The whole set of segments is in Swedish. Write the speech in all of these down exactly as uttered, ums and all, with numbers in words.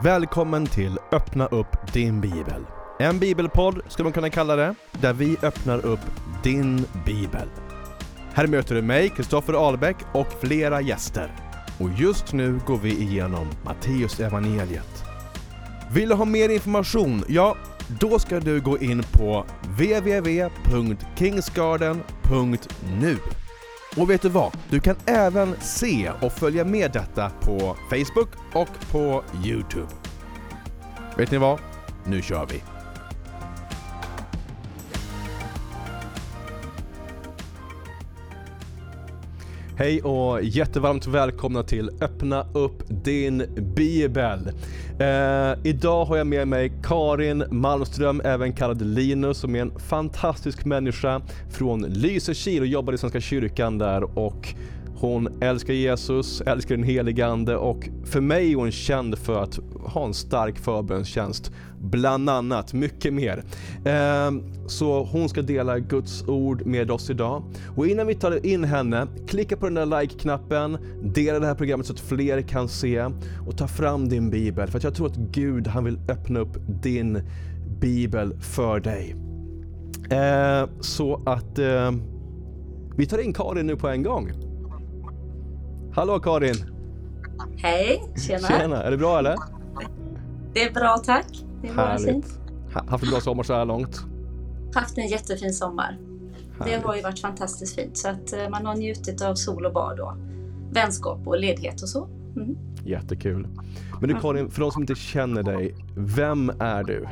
Välkommen till Öppna upp din bibel. En bibelpodd ska man kunna kalla det, där vi öppnar upp din bibel. Här möter du mig, Kristoffer Ahlbäck, och flera gäster. Och just nu går vi igenom Matteus evangeliet. Vill du ha mer information? Ja, då ska du gå in på w w w punkt kingsgarden punkt nu. Och vet du vad? Du kan även se och följa med detta på Facebook och på YouTube. Vet ni vad? Nu kör vi! Hej och jättevarmt välkomna till Öppna upp din bibel. Eh, idag har jag med mig Karin Malmström, även kallad Linus, som är en fantastisk människa från Lysekil och jobbar i Svenska kyrkan där, och hon älskar Jesus, älskar den helige ande, och för mig är hon känd för att ha en stark förbönstjänst, bland annat, mycket mer. Eh, så hon ska dela Guds ord med oss idag. Och innan vi tar in henne, klicka på den där like-knappen, dela det här programmet så att fler kan se, och ta fram din bibel, för att jag tror att Gud, han vill öppna upp din bibel för dig. Eh, så att eh, vi tar in Karin nu på en gång. Hallå Karin! Hej, tjena! Tjena, är det bra eller? Det är bra, tack. Det är bara fint. Ha, haft en bra sommar så här långt? Haft en jättefin sommar. Härligt. Det har ju varit fantastiskt fint, så att man har njutit av sol och bad och vänskap och ledighet och så. Mm. Jättekul. Men du Karin, för de som inte känner dig, vem är du?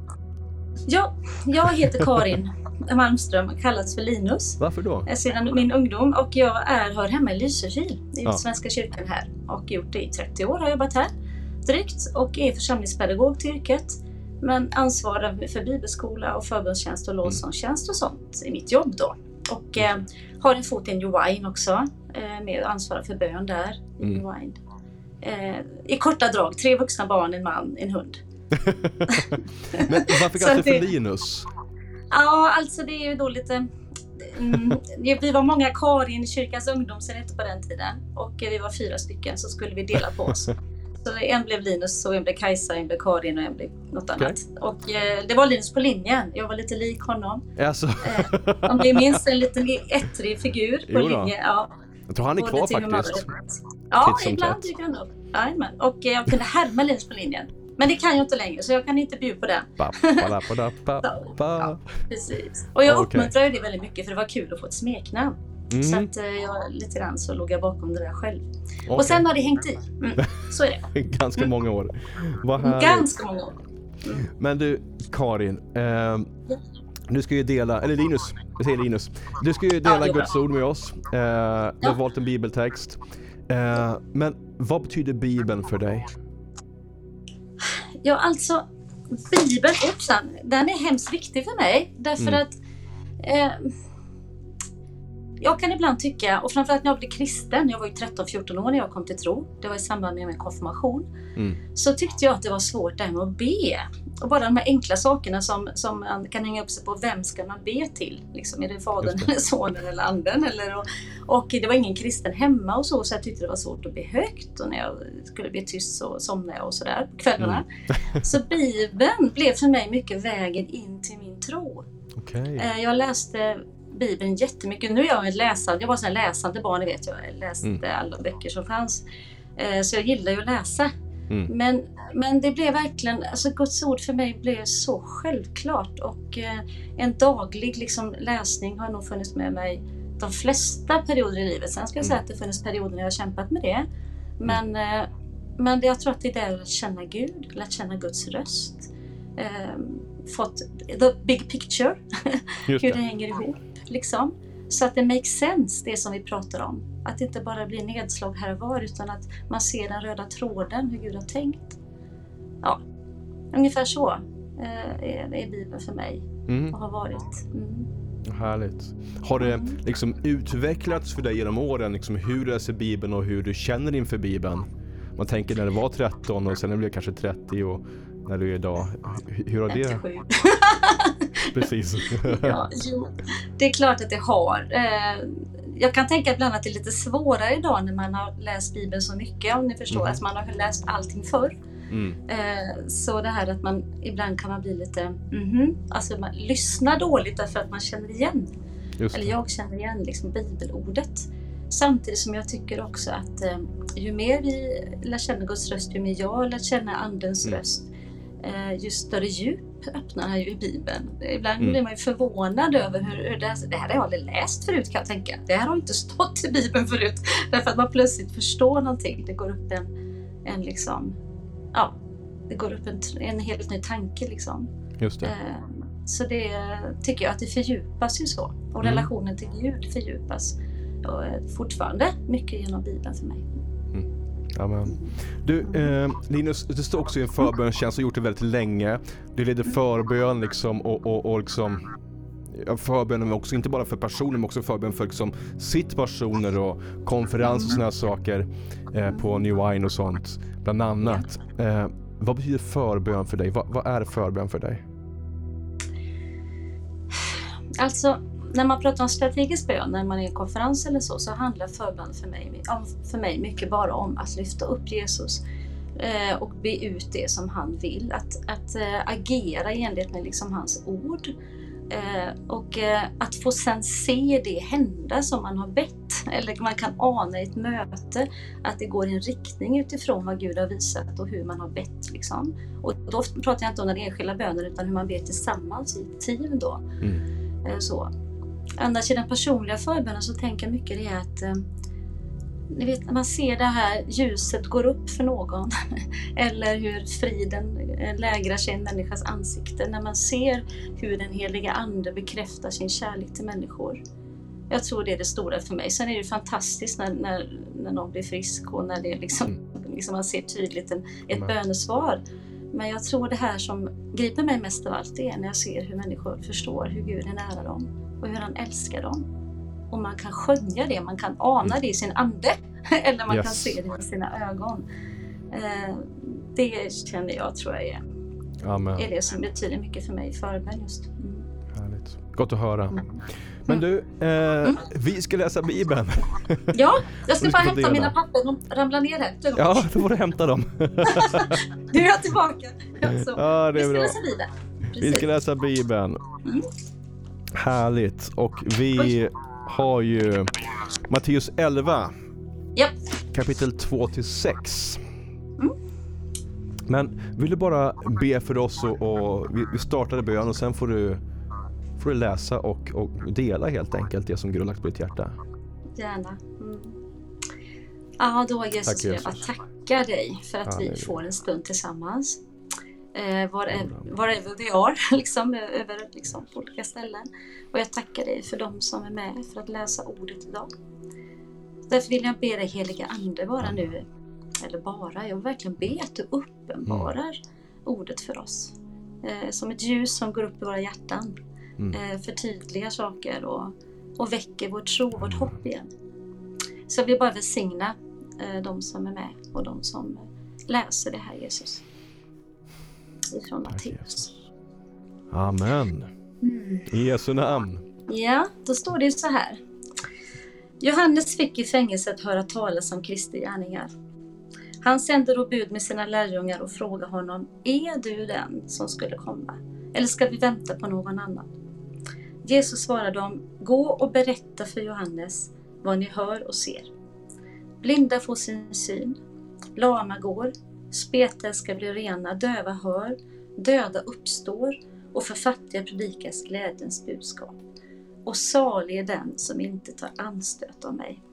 Ja, jag heter Karin Malmström, kallats för Linus. Varför då? Sedan min ungdom, och jag är, hör hemma i Lysekil, i ja. Svenska kyrkan här, och gjort det i trettio år, har jobbat här drygt, och är församlingspedagog till yrket, men ansvarar för bibelskola och förbundstjänst och lovsångstjänst och sånt i mitt jobb då. Och eh, har en fot i en Wine också, eh, med ansvar för bön där i mm. Wine. Eh, I korta drag, tre vuxna barn, en man, en hund. Men varför kallas det för Linus? Ja, alltså det är ju då lite... Mm, vi var många Karin i kyrkans ungdom sen inte på den tiden. Och vi var fyra stycken, så skulle vi dela på oss. Så en blev Linus, och en blev Kajsa, en blev Karin och en blev något okay. annat. Och eh, det var Linus på linjen. Jag var lite lik honom. Alltså. eh, om det minns en liten ettrig figur på linjen. Ja. Jag tror han är kvar faktiskt. Ja, ibland dyker han upp. Jajamän. Och jag kunde härma Linus på linjen. Men det kan jag inte längre, så jag kan inte bjuda på den. Ba, ba, ba, ba, ba. Ja, precis. Och jag okay. uppmuntrar det väldigt mycket, för det var kul att få ett smeknamn. Mm. Så att jag lite grann så låg jag bakom det där själv. Okay. Och sen har det hängt i. Mm. Så är det. Ganska mm. många år. Vad Ganska många år. Mm. Men du, Karin, eh, ja. du ska ju dela, eller Linus, jag säger Linus. Du ska ju dela ja, Guds ord med oss. Eh, du ja. har valt en bibeltext. Eh, men vad betyder Bibeln för dig? Ja, alltså Bibeln, uppsan, den är hemskt viktig för mig. Därför mm. att eh, jag kan ibland tycka, och framförallt när jag blev kristen, jag var ju tretton fjorton år när jag kom till tro, det var i samband med min konfirmation, mm. så tyckte jag att det var svårt där med att be. Och bara de här enkla sakerna som, som man kan hänga upp sig på, vem ska man be till? Liksom, är det fadern det. eller sonen eller anden? Eller, och, och det var ingen kristen hemma och så, så jag tyckte det var svårt att be högt. Och när jag skulle bli tyst så somnade jag och sådär på kvällarna. Mm. Så Bibeln blev för mig mycket vägen in till min tro. Okay. Jag läste Bibeln jättemycket. Nu är jag en läsande, jag var så en läsande barn, ni vet, jag läste mm. alla böcker som fanns. Så jag gillar ju att läsa. Mm. Men, men det blev verkligen, alltså Guds ord för mig blev så självklart, och eh, en daglig liksom, läsning har nog funnits med mig de flesta perioder i livet. Sen ska jag säga mm. att det funnits perioder när jag har kämpat med det. Men, mm. eh, men det, jag tror att det är där att känna Gud, att känna Guds röst. Eh, fått the big picture, hur det hänger ihop liksom. Så att det makes sense, det som vi pratar om. Att det inte bara blir nedslag här och var, utan att man ser den röda tråden, hur Gud har tänkt. Ja, ungefär så eh, är, är Bibeln för mig mm. och har varit. Mm. Härligt. Har det liksom utvecklats för dig genom åren, liksom hur du läser Bibeln och hur du känner inför Bibeln? Man tänker när det var tretton och sen när det blev kanske trettio och när du är idag. Hur har det? femtiosju Precis. Ja, jo. Det är klart att det har. Jag kan tänka ibland att det är lite svårare idag när man har läst Bibeln så mycket, om ni förstår, mm. att man har läst allting förr. Mm. Eh, så det här att man ibland kan man bli lite, mm-hmm, alltså man lyssnar dåligt därför att man känner igen, eller jag känner igen liksom bibelordet. Samtidigt som jag tycker också att eh, ju mer vi lär känna Guds röst, ju mer jag lär känna andens mm. röst, eh, ju större djup öppnar han ju i Bibeln. Ibland mm. blir man ju förvånad över hur, hur det, här, det här har jag aldrig läst förut, kan jag tänka. Det här har inte stått i Bibeln förut. Därför att man plötsligt förstår någonting. Det går upp en, en liksom, ja, det går upp en, en helt ny tanke liksom. Just det. Eh, så det tycker jag att det fördjupas ju så. Och mm. relationen till Gud fördjupas. Och fortfarande mycket genom Bibeln för mig. Mm. Amen. Du, eh, Linus, det står också i en förbönstjänst och gjort det väldigt länge. Du leder förbön liksom och, och, och liksom förbön också, inte bara för personer men också förbön för liksom situationer och konferenser och såna här saker eh, på New Wine och sånt bland annat. Eh, vad betyder förbön för dig? Vad, vad är förbön för dig? Alltså, när man pratar om strategisk bön, när man är i en konferens eller så, så handlar förbön för mig, för mig mycket bara om att lyfta upp Jesus eh, och be ut det som han vill. Att, att äh, agera i enlighet med liksom hans ord. Eh, och eh, att få sen se det hända som man har bett. Eller man kan ana i ett möte att det går i en riktning utifrån vad Gud har visat och hur man har bett. Liksom. Och då pratar jag inte om den enskilda bönen utan hur man ber tillsammans i ett team då. Mm. Eh, så. Annars i den personliga förbönen så tänker jag mycket det är att eh, ni vet, när man ser det här ljuset går upp för någon eller hur friden lägrar sig i en människas ansikte, när man ser hur den heliga ande bekräftar sin kärlek till människor. Jag tror det är det stora för mig. Sen är det fantastiskt när, när, när någon blir frisk och när det liksom, liksom man ser tydligt en, ett mm. bönesvar. Men jag tror det här som griper mig mest av allt är när jag ser hur människor förstår hur Gud är nära dem och hur han älskar dem. Och man kan skönja det, man kan ana det i sin ande eller man yes. kan se det i sina ögon. Eh, det känner jag tror jag är, Amen. är det som betyder mycket för mig i förbön just. Mm. Härligt. Gott att höra. Mm. Men du, eh, mm. vi ska läsa Bibeln. Ja, jag ska bara hämta dela. mina papper, de ramlar ner här. Ja, då får du hämta dem. Nu är jag tillbaka. Så, ja, det är vi ska bra. läsa Bibeln. Precis. Vi ska läsa Bibeln. Mm. Härligt. Och vi Oj. har ju Matteus elva. Yep. Kapitel två till sex. Mm. Men vill du bara be för oss och, och vi, vi startade bön och sen får du får du läsa och, och dela helt enkelt det som Gud har lagt på ditt hjärta. Gärna. Mm. Ja, då Jesus, Tack, Jesus. jag tackar dig för att ja, vi får en stund tillsammans. Eh, Whatever we are, liksom, över liksom, olika ställen. Och jag tackar dig för de som är med för att läsa ordet idag. Därför vill jag be dig heliga ande bara nu, eller bara, jag vill verkligen be att du uppenbarar mm. ordet för oss. Eh, som ett ljus som går upp i våra hjärtan. Mm. Eh, förtydligar saker och, och väcker vår tro, vårt hopp igen. Så jag vill bara välsigna eh, de som är med och de som läser det här, Jesus. Ifrån Matteus. Amen. Mm. I Jesu namn. Ja, då står det så här. Johannes fick i fängelset höra talas om Kristi gärningar. Han sände då bud med sina lärjungar och frågade honom: är du den som skulle komma? Eller ska vi vänta på någon annan? Jesus svarade dem: gå och berätta för Johannes vad ni hör och ser. Blinda får sin syn, lama går, spetälska blir rena, döva hör, döda uppstår och för fattiga predikas glädjens budskap. Och salig är den som inte tar anstöt av mig.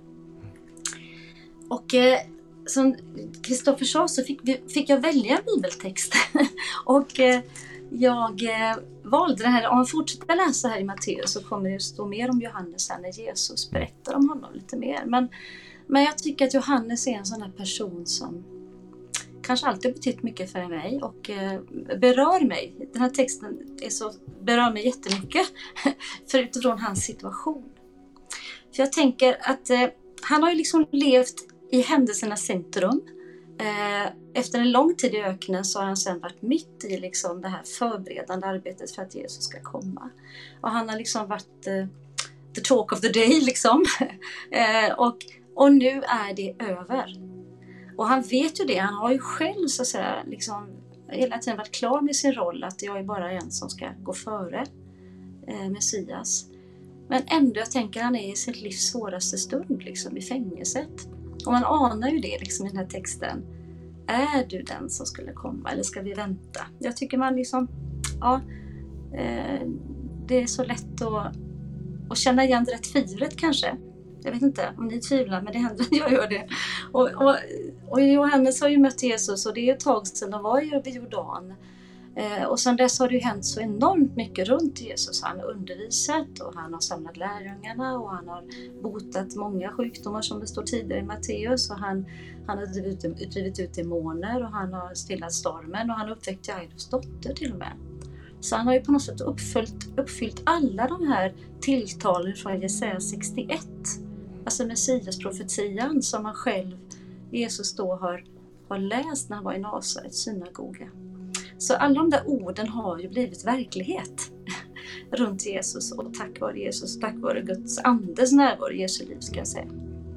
Och eh, som Kristoffer sa så fick, vi, fick jag välja en bibeltext. och eh, jag eh, valde det här. Om man fortsätter läsa här i Matteus så kommer det stå mer om Johannes här när Jesus berättar om honom lite mer. Men, men jag tycker att Johannes är en sån här person som kanske alltid betytt mycket för mig och eh, berör mig. Den här texten är så, berör mig jättemycket för utifrån hans situation. För jag tänker att eh, han har ju liksom levt i händelsernas centrum. Eh, efter en lång tid i öknen så har han sedan varit mitt i liksom det här förberedande arbetet för att Jesus ska komma. Och han har liksom varit eh, the talk of the day liksom. eh, och, och nu är det över. Och han vet ju det, han har ju själv så att säga liksom hela tiden varit klar med sin roll, att jag är bara en som ska gå före eh, Messias. Men ändå, jag tänker, han är i sitt livs svåraste stund liksom, i fängelset. Och man anar ju det liksom i den här texten. Är du den som skulle komma eller ska vi vänta? Jag tycker man liksom, ja, eh, det är så lätt att, att känna igen det där tvivlet kanske. Jag vet inte om ni tvivlar, men det händer att jag gör det. Och, och, och Johannes har ju mött Jesus, och det är ett tag sedan de var ju vid Jordan. Eh, och sedan dess har det ju hänt så enormt mycket runt Jesus. Han har undervisat och han har samlat lärjungarna och han har botat många sjukdomar som det står tidigare i Matteus. Och han, han har drivit, drivit ut demoner och han har stillat stormen och han har uppväckt Jairus dotter till och med. Så han har ju på något sätt uppfyllt, uppfyllt alla de här tilltalen från Jesaja sextioett. Alltså Messias-profetian som han själv, Jesus då har, har läst när han var i Nasarets synagoga. Så alla de där orden har ju blivit verklighet runt Jesus, och tack vare Jesus, tack vare Guds andes närvaro i Jesu liv ska jag säga.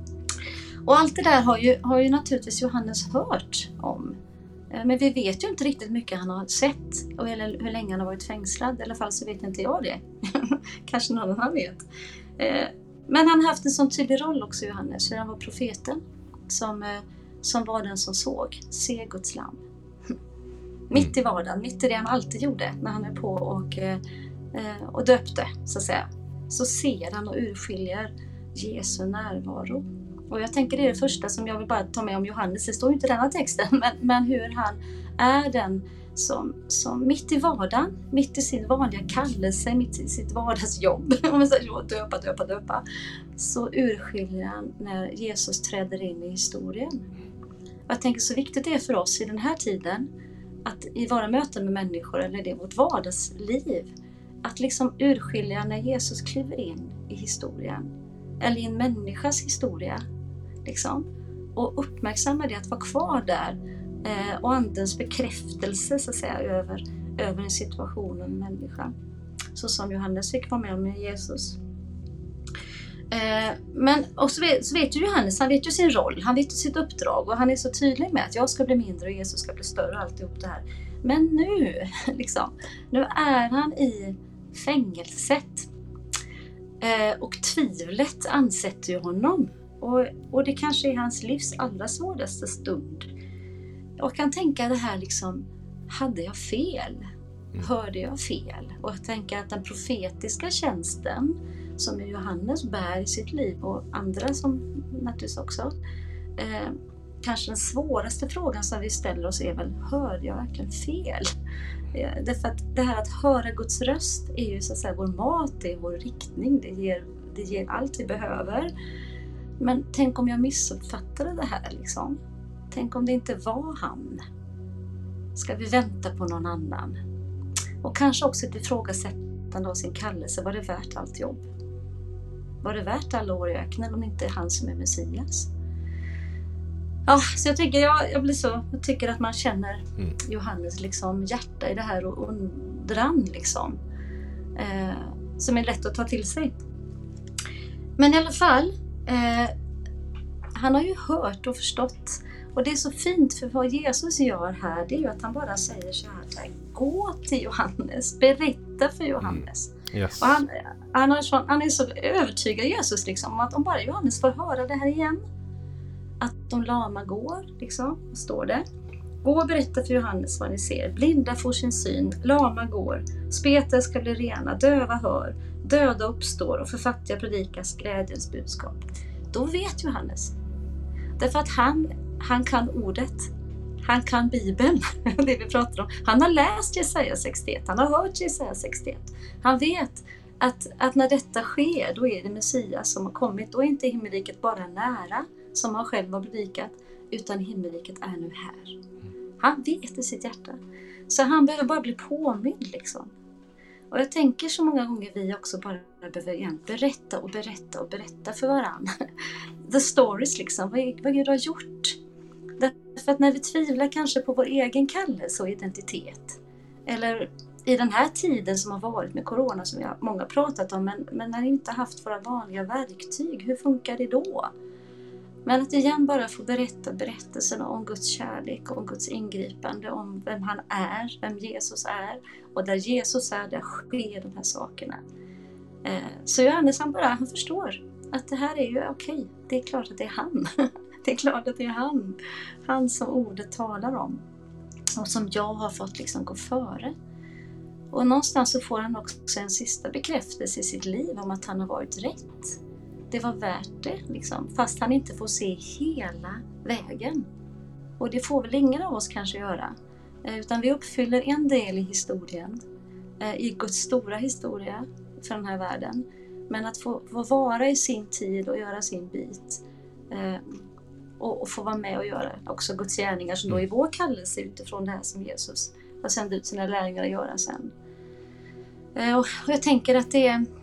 Och allt det där har ju, har ju naturligtvis Johannes hört om. Men vi vet ju inte riktigt mycket han har sett, eller hur länge han har varit fängslad. I alla fall så vet inte jag det. Kanske någon annan vet. Men han har haft en sån tydlig roll också, Johannes, för han var profeten som, som var den som såg, se Guds lam. Mitt i vardagen, mitt i det han alltid gjorde när han är på och, och döpte, så att säga. Så ser han och urskiljer Jesu närvaro. Och jag tänker det är det första som jag vill bara ta med om Johannes. Det står ju inte i denna texten, men, men hur han är den som, som mitt i vardagen, mitt i sin vanliga kallelse, mitt i sitt vardagsjobb, om man säger döpa, döpa, döpa, så urskiljer han när Jesus träder in i historien. Och jag tänker så viktigt det är för oss i den här tiden, att i våra möten med människor, eller det vårt vardagsliv, att liksom urskilja när Jesus kliver in i historien, eller i en människas historia, liksom, och uppmärksamma det, att vara kvar där, eh, och andens bekräftelse så att säga över, över en situation och en människa, så som Johannes fick vara med med Jesus. Eh, men och så vet, så vet ju Johannes, han vet ju sin roll, han vet ju sitt uppdrag, och han är så tydlig med att jag ska bli mindre och Jesus ska bli större och alltihop det här. Men nu, liksom, nu är han i fängelset. Eh, och tvivlet ansätter ju honom. Och, och det kanske är hans livs allra svåraste stund. Jag kan tänka det här liksom, hade jag fel? Hörde jag fel? Och jag tänker att den profetiska tjänsten som Johannes bär i sitt liv, och andra som naturligtvis också, eh, kanske den svåraste frågan som vi ställer oss är väl, hörde jag verkligen fel? Eh, därför att det här att höra Guds röst är ju så att säga vår mat, det är vår riktning, det ger, det ger allt vi behöver. Men tänk om jag missuppfattade det här liksom. Tänk om det inte var han. Ska vi vänta på någon annan? Och kanske också ett ifrågasättande av sin kallelse. Var det värt allt jobb? Var det värt alla år i öknen om det inte är han som är Messias? Ja, så jag tycker, jag, jag blir så, jag tycker att man känner mm. Johannes liksom hjärta i det här och undran liksom. Eh, som är lätt att ta till sig. Men i alla fall, eh, han har ju hört och förstått. Och det är så fint, för vad Jesus gör här, det är ju att han bara säger så här: gå till Johannes, berätta för Johannes. Mm. Yes. Och han, han, är så, han är så övertygad, Jesus, liksom, om att om bara Johannes får höra det här igen, att de lama går, liksom, står det. Gå och berätta för Johannes vad ni ser. Blinda får sin syn, lama går, spetare ska bli rena, döva hör, döda uppstår och för fattiga predikas glädjens budskap. Då vet Johannes. Därför att han, han kan ordet. Han kan Bibeln, det vi pratar om. Han har läst Jesaja sextioett, han har hört Jesaja sextioett. Han vet att, att när detta sker, då är det Messias som har kommit. Då är inte himmelriket bara nära, som han själv har predikat, utan himmelriket är nu här. Han vet i sitt hjärta. Så han behöver bara bli påmind liksom. Och jag tänker så många gånger vi också bara behöver igen berätta och berätta och berätta för varandra. The stories liksom, vad, vad Gud har gjort. Därför att när vi tvivlar kanske på vår egen kallelse och identitet, eller i den här tiden som har varit med corona som jag många pratat om, men, men när vi inte haft våra vanliga verktyg, hur funkar det då? Men att igen bara få berätta berättelsen om Guds kärlek, om Guds ingripande, om vem han är, vem Jesus är. Och där Jesus är, där sker de här sakerna. Så Johannes han bara, han förstår att det här är ju okej. Det är klart att det är han. Det är klart att det är han. Han som ordet talar om. Och som jag har fått liksom gå före. Och någonstans så får han också en sista bekräftelse i sitt liv om att han har varit rätt. Det var värt det liksom. Fast han inte får se hela vägen. Och det får väl ingen av oss kanske göra. Utan vi uppfyller en del i historien. I Guds stora historia för den här världen. Men att få, få vara i sin tid och göra sin bit. Eh, och, och få vara med och göra också Guds gärningar som då är vår kallelse utifrån det här som Jesus har sänt ut sina lärjungar att göra sen. Eh, och, och jag tänker att det är...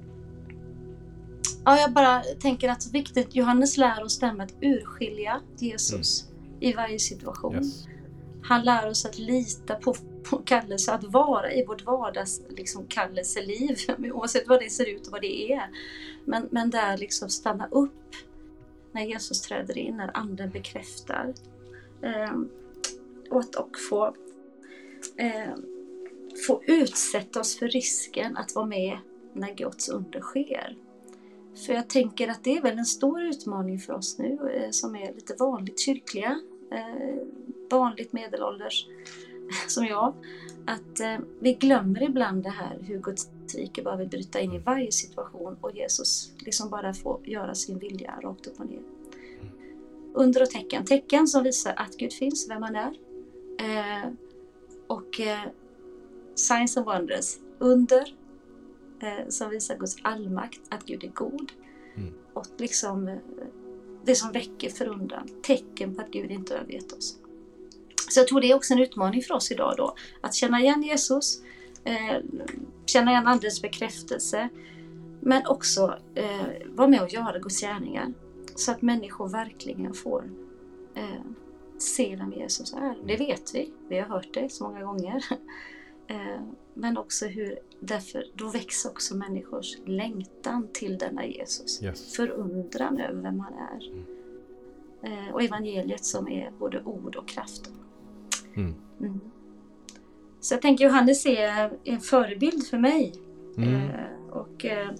Ja, jag bara tänker att det är viktigt. Johannes lär oss det med att urskilja Jesus mm. i varje situation. Yes. Han lär oss att lita på, på kallelse, att vara i vårt vardags liksom, kallelseliv, oavsett vad det ser ut och vad det är. Men, men där liksom stanna upp när Jesus träder in, när anden bekräftar. Eh, och att och få, eh, få utsätta oss för risken att vara med när Guds under sker. För jag tänker att det är väl en stor utmaning för oss nu eh, som är lite vanligt kyrkliga. Eh, vanligt medelålders som jag, att eh, vi glömmer ibland det här hur Guds rike bara vill bryta in i varje situation och Jesus liksom bara får göra sin vilja rakt upp och ner. Under och tecken, tecken som visar att Gud finns, vem han är, eh, och eh, signs and wonders, under eh, som visar Guds allmakt, att Gud är god mm. och liksom eh, det som väcker förundran, tecken på att Gud inte övergett oss. Så jag tror det är också en utmaning för oss idag då. Att känna igen Jesus, eh, känna igen andens bekräftelse. Men också eh, vara med och göra Guds gärningar. Så att människor verkligen får eh, se vem Jesus är. Det vet vi, vi har hört det så många gånger. eh, men också hur, därför, då växer också människors längtan till denna Jesus. Yes. Förundran över vem han är. Mm. Eh, och evangeliet som är både ord och kraft. Mm. Mm. Så jag tänker Johannes är en förebild för mig. Mm. Eh, och, eh,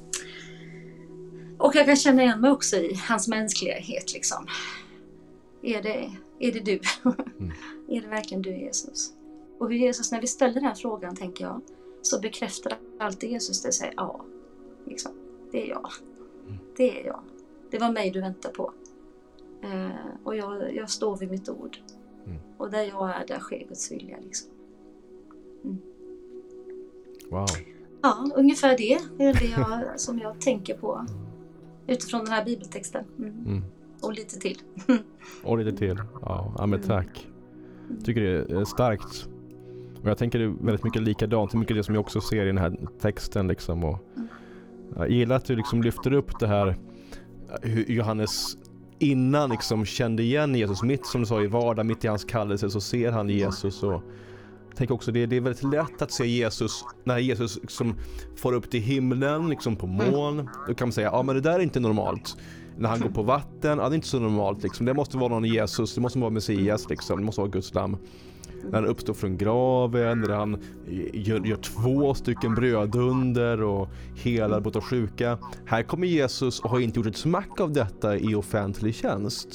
och jag kan känna igen mig också i hans mänsklighet. Liksom. Är det, är det du? Mm. Är det verkligen du Jesus? Och hur Jesus, när vi ställer den här frågan tänker jag, så bekräftar alltid Jesus det och säger ja, liksom, det är jag. Mm. Det är jag. Det var mig du väntar på. Eh, och jag, jag står vid mitt ord. Mm. Och där jag är, där sker Guds vilja liksom. Mm. Wow. Ja, ungefär det är det jag, som jag tänker på utifrån den här bibeltexten. Mm. Mm. Och lite till. Och lite till. Ja, ja men tack. Jag tycker det är starkt. Och jag tänker det är väldigt mycket likadant. Mycket det som jag också ser i den här texten liksom. Och jag gillar att du liksom lyfter upp det här hur Johannes innan liksom kände igen Jesus mitt som du sa i vardag, mitt i hans kallelse så ser han Jesus. Och jag tänker också det, det är väldigt lätt att se Jesus när Jesus liksom får upp till himlen liksom på moln. Då kan man säga, ja men det där är inte normalt. När han går på vatten, ja det är inte så normalt liksom. Det måste vara någon Jesus, det måste vara Messias liksom, det måste vara Guds lamm. När han uppstår från graven, när han gör, gör två stycken brödunder och helar bort av sjuka. Här kommer Jesus och har inte gjort ett smack av detta i offentlig tjänst.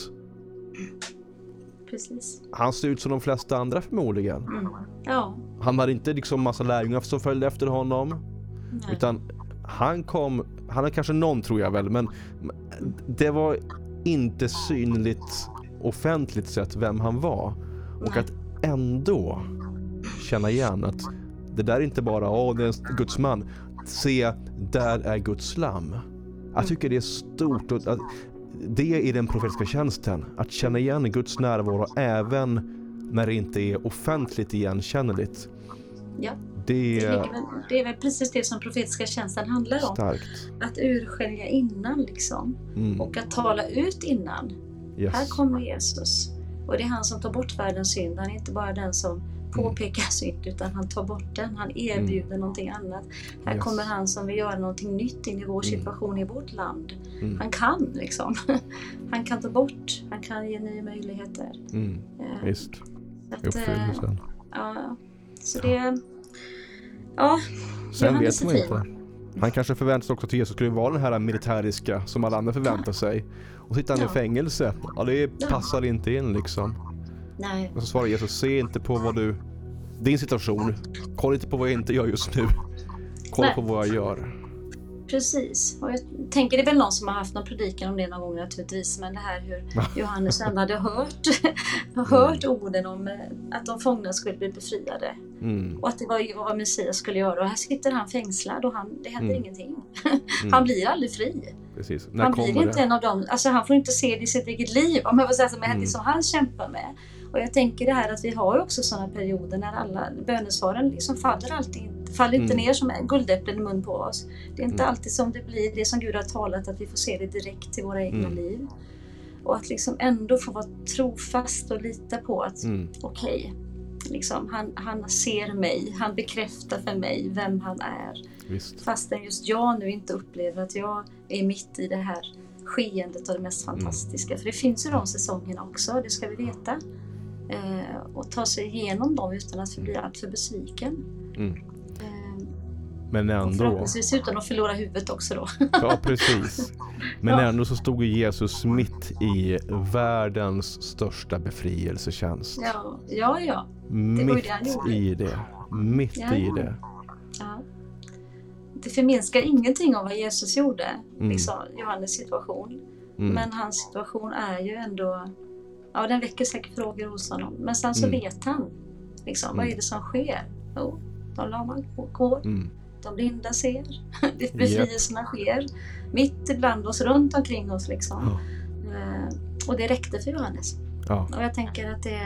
Precis. Han ser ut som de flesta andra förmodligen. Mm. Ja. Han hade inte liksom massa lärjungar som följde efter honom. Nej. Utan han kom, han hade kanske någon tror jag väl, men det var inte synligt offentligt sett vem han var. Och Nej. Att ändå känna igen att det där är inte bara åh, det är en Guds man. Se, där är Guds lamm. Jag tycker det är stort att, att det är den profetiska tjänsten. Att känna igen Guds närvaro även när det inte är offentligt igenkännligt. Ja, det, det, är väl, det är väl precis det som profetiska tjänsten handlar om. Starkt. Att urskilja innan liksom. Mm. Och att tala ut innan. Yes. Här kommer Jesus. Och det är han som tar bort världens synd. Han är inte bara den som påpekas inte, utan han tar bort den. Han erbjuder mm. någonting annat. Här yes. kommer han som vill göra någonting nytt in i vår situation, mm. i vårt land. Mm. Han kan liksom. Han kan ta bort, han kan ge nya möjligheter. Mm. Eh, Visst. Uppfyllelsen. Eh, ja, så det... Ja, sen vet man inte. Han kanske förväntar sig också att Jesus skulle vara den här militäriska som alla andra förväntar sig. Och sitta ja. i fängelse. Ja, det passar ja. inte in liksom. Nej. Och så svarar Jesus, se inte på vad du... Din situation. Kolla inte på vad jag inte gör just nu. Kolla Nej. på vad jag gör. Precis. Och jag tänker det är väl någon som har haft någon predikan om det någon gång naturligtvis. Men det här hur Johannes ändå hade hört, hört mm. orden om att de fångna skulle bli befriade. Mm. Och att det var vad Messias skulle göra. Och här sitter han fängslad och han, det händer mm. ingenting. Han mm. blir aldrig fri. Precis. När han blir inte det? en av dem. Alltså han får inte se det i sitt eget liv. Om jag får säga som, mm. det som han kämpar med. Och jag tänker det här att vi har också sådana perioder när alla bönesvaren liksom faller alltid faller inte mm. ner som en guldäpplen i mun på oss. Det är inte mm. alltid som det blir det som Gud har talat, att vi får se det direkt till våra egna mm. liv. Och att liksom ändå få vara trofast och lita på att mm. okej, okay, liksom, han, han ser mig, han bekräftar för mig vem han är. Visst. Fastän just jag nu inte upplever att jag är mitt i det här skeendet och det mest fantastiska. Mm. För det finns ju de säsongerna också, det ska vi veta. Eh, och ta sig igenom dem utan att bli allt för besviken. Mm. Men ändå... Förhoppningsvis utan att förlora huvudet också då. Ja, precis. Men ja. ändå så stod Jesus mitt i världens största befrielsetjänst. Ja, ja, ja. Det mitt var ju det han gjorde. i det. Mitt ja, i det. Ja. Det förminskar ingenting av vad Jesus gjorde. Mm. Liksom Johannes situation. Mm. Men hans situation är ju ändå... Ja, den väcker säkert frågor hos honom. Men sen så mm. vet han. Liksom, mm. vad är det som sker? Jo, de lama går. Mm. De blinda ser. Befrielserna yep. sker. Mitt ibland oss, runt omkring oss liksom. Oh. Eh, och det räckte för Johannes. Oh. Och jag tänker att det,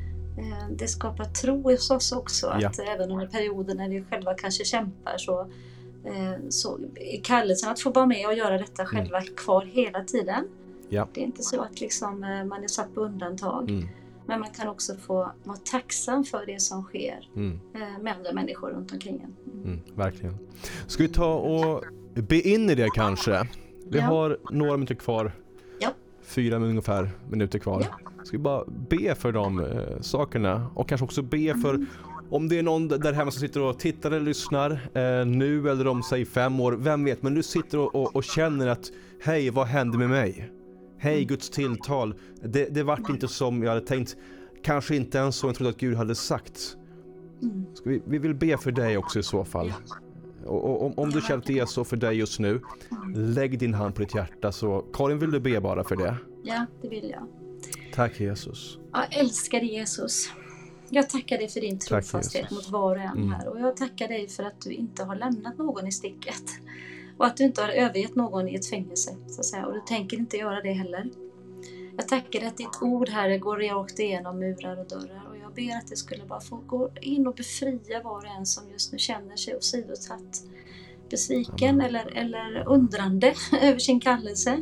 eh, det skapar tro hos oss också. Att yeah. även under perioder när vi själva kanske kämpar så, eh, så är kallelsen att få vara med och göra detta själva mm. kvar hela tiden. Yeah. Det är inte så att liksom, eh, man är satt på undantag. Mm. Men man kan också få vara tacksam för det som sker mm. med andra människor runt omkring en. Mm. Mm, verkligen. Ska vi ta och be in i det kanske? Vi ja. har några minuter kvar. Ja. Fyra ungefär minuter kvar. Ja. Ska vi bara be för de eh, sakerna. Och kanske också be för mm. om det är någon där hemma som sitter och tittar eller lyssnar eh, nu eller om sig fem år. Vem vet, men du sitter och, och, och känner att hej, vad hände med mig? Hej, Guds tilltal. Det, det vart inte som jag hade tänkt. Kanske inte ens så jag trodde att Gud hade sagt. Mm. Ska vi, vi vill be för dig också i så fall. Och, och, om, om du känner att det är så för dig just nu, lägg din hand på ditt hjärta. Så Karin, vill du be bara för det? Ja, det vill jag. Tack Jesus. Jag älskar dig Jesus. Jag tackar dig för din trofasthet mot var och en mm. här. Och jag tackar dig för att du inte har lämnat någon i sticket. Och att du inte har övergett någon i ett fängelse, så att säga. Och du tänker inte göra det heller. Jag tackar dig att ditt ord här går rakt igenom murar och dörrar. Och jag ber att det skulle bara få gå in och befria var och en som just nu känner sig åsidosatt, besviken eller, eller undrande över sin kallelse.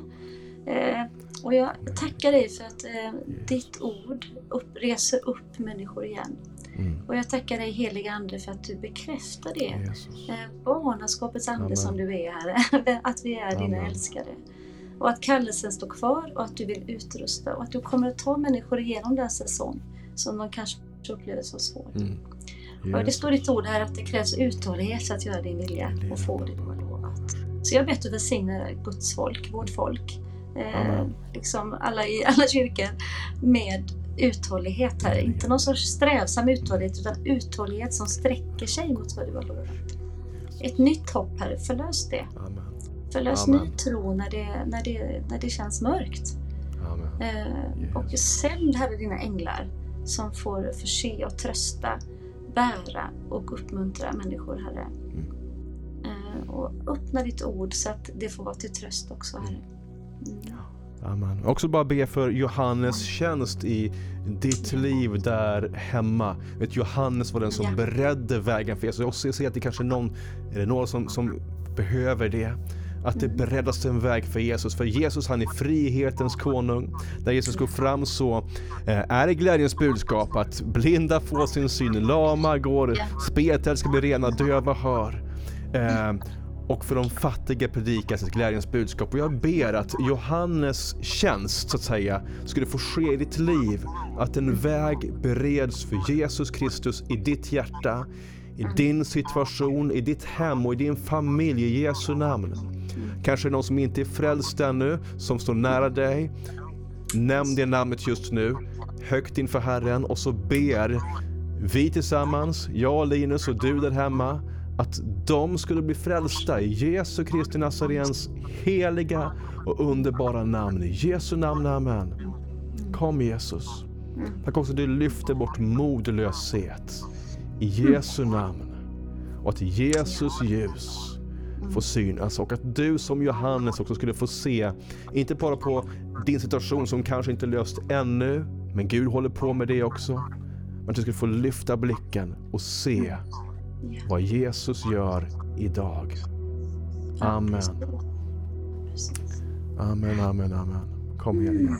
Eh, och jag tackar dig för att eh, ditt ord upp, reser upp människor igen. Mm. Och jag tackar dig heliga ande för att du bekräftar det. Eh, barnaskapets ande Amen. Som du är här. Att vi är Amen. Dina älskade. Och att kallelsen står kvar och att du vill utrusta. Och att du kommer att ta människor igenom den säsong som de kanske upplever så svårt. Mm. Och det står i ditt ord här att det krävs uthållighet för att göra din vilja och få det du har lovat. Så jag ber att du välsignar Guds folk, vårt folk. Eh, liksom alla i alla kyrkor med uthållighet här. Inte någon sorts strävsam uthållighet utan uthållighet som sträcker sig mot vad du har lovat. Ett nytt hopp här, förlös det. Amen. Förlös Amen. Ny tro när det, när det, när det känns mörkt. Amen. Eh, yes. Och sänd här dina änglar som får förse och trösta, bära och uppmuntra människor, Herre. Mm. Eh, och öppna ditt ord så att det får vara till tröst också, Herre. Mm. Amen. Också bara be för Johannes tjänst i ditt liv där hemma. Vet, Johannes var den som ja. beredde vägen för Jesus. Jag ser att det kanske är någon, är det någon som, som behöver det. Att det bereddas en väg för Jesus. För Jesus, han är frihetens konung. När Jesus går fram så eh, är det glädjens budskap att blinda får sin syn, lama går, spetälska ska bli rena, döva hör. Eh, och för de fattiga predikas ett glädjens budskap. Och jag ber att Johannes tjänst, så att säga, skulle få ske i ditt liv. Att en väg bereds för Jesus Kristus i ditt hjärta, i din situation, i ditt hem och i din familj, i Jesu namn. Kanske någon som inte är frälst ännu, som står nära dig. Nämn det namnet just nu, högt inför Herren, och så ber vi tillsammans, jag, Linus och du där hemma, att de skulle bli frälsta i Jesu Kristi Nazarens heliga och underbara namn. I Jesu namn, amen. Kom Jesus. Tack också att du lyfter bort modlöshet i Jesu namn. Och att Jesus ljus får synas. Och att du som Johannes också skulle få se, inte bara på din situation som kanske inte är löst ännu, men Gud håller på med det också. Men att du skulle få lyfta blicken och se vad Jesus gör idag. Amen. Amen, amen, amen. Kom igen.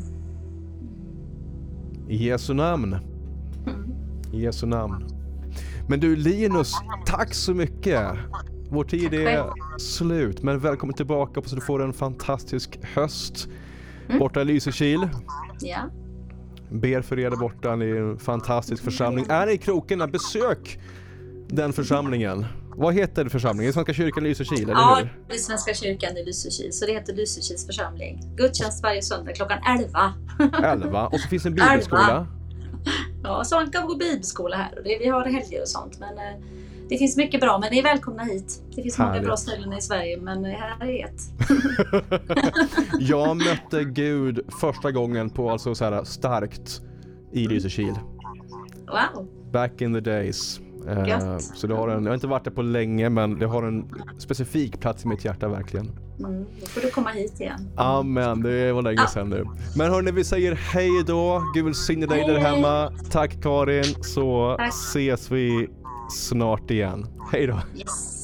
I Jesu namn. I Jesu namn. Men du Linus, tack så mycket. Vår tid är slut, men välkommen tillbaka så du får en fantastisk höst borta i Lysekil. Ja. Ber för er där borta, ni är en fantastisk församling. Är ni i Krokarna, besök den församlingen. Vad heter församlingen? Svenska kyrkan i Lysekil, eller ja, hur? Ja, det är Svenska kyrkan i Lysekil. Så det heter Lysekils församling. Gudstjänst varje söndag klockan elva. elva. Och så finns en bibelskola. Ja, så man kan gå bibelskola här. Och det, vi har helger och sånt. Men eh, det finns mycket bra. Men ni är välkomna hit. Det finns Härligt. Många bra ställen i Sverige. Men här är ett. Jag mötte Gud första gången på alltså så här starkt i Lysekil. Wow. Back in the days. Uh, så det har en, jag har inte varit där på länge, men det har en specifik plats i mitt hjärta verkligen. Mm, då får du komma hit igen. Amen, det var länge sedan nu. Men hörni, vi säger hej då. Gud välsigne dig där hemma. Tack Karin, så Tack. Ses vi snart igen. Hej då. Yes.